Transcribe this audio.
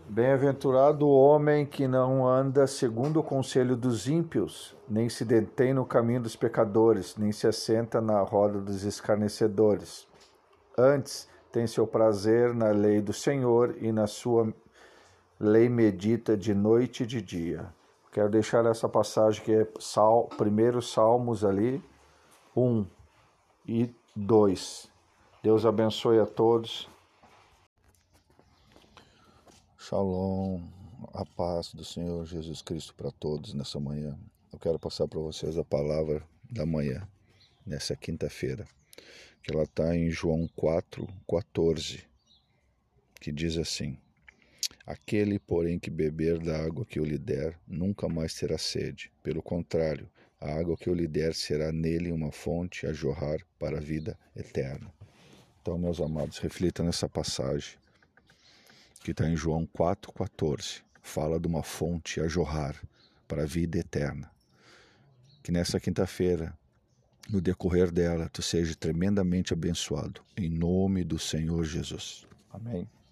Bem-aventurado o homem que não anda segundo o conselho dos ímpios, nem se detém no caminho dos pecadores, nem se assenta na roda dos escarnecedores. Antes, tem seu prazer na lei do Senhor e na sua lei medita de noite e de dia. Quero deixar essa passagem que é primeiro Salmos ali, 1 e 2. Deus abençoe a todos. Shalom, a paz do Senhor Jesus Cristo para todos nessa manhã. Eu quero passar para vocês a palavra da manhã, nessa quinta-feira, que ela está em João 4:14, que diz assim: Aquele, porém, que beber da água que eu lhe der, nunca mais terá sede. Pelo contrário, a água que eu lhe der será nele uma fonte a jorrar para a vida eterna. Então, meus amados, reflitam nessa passagem que está em João 4:14, fala de uma fonte a jorrar para a vida eterna. Que nessa quinta-feira, no decorrer dela, tu seja tremendamente abençoado, em nome do Senhor Jesus. Amém.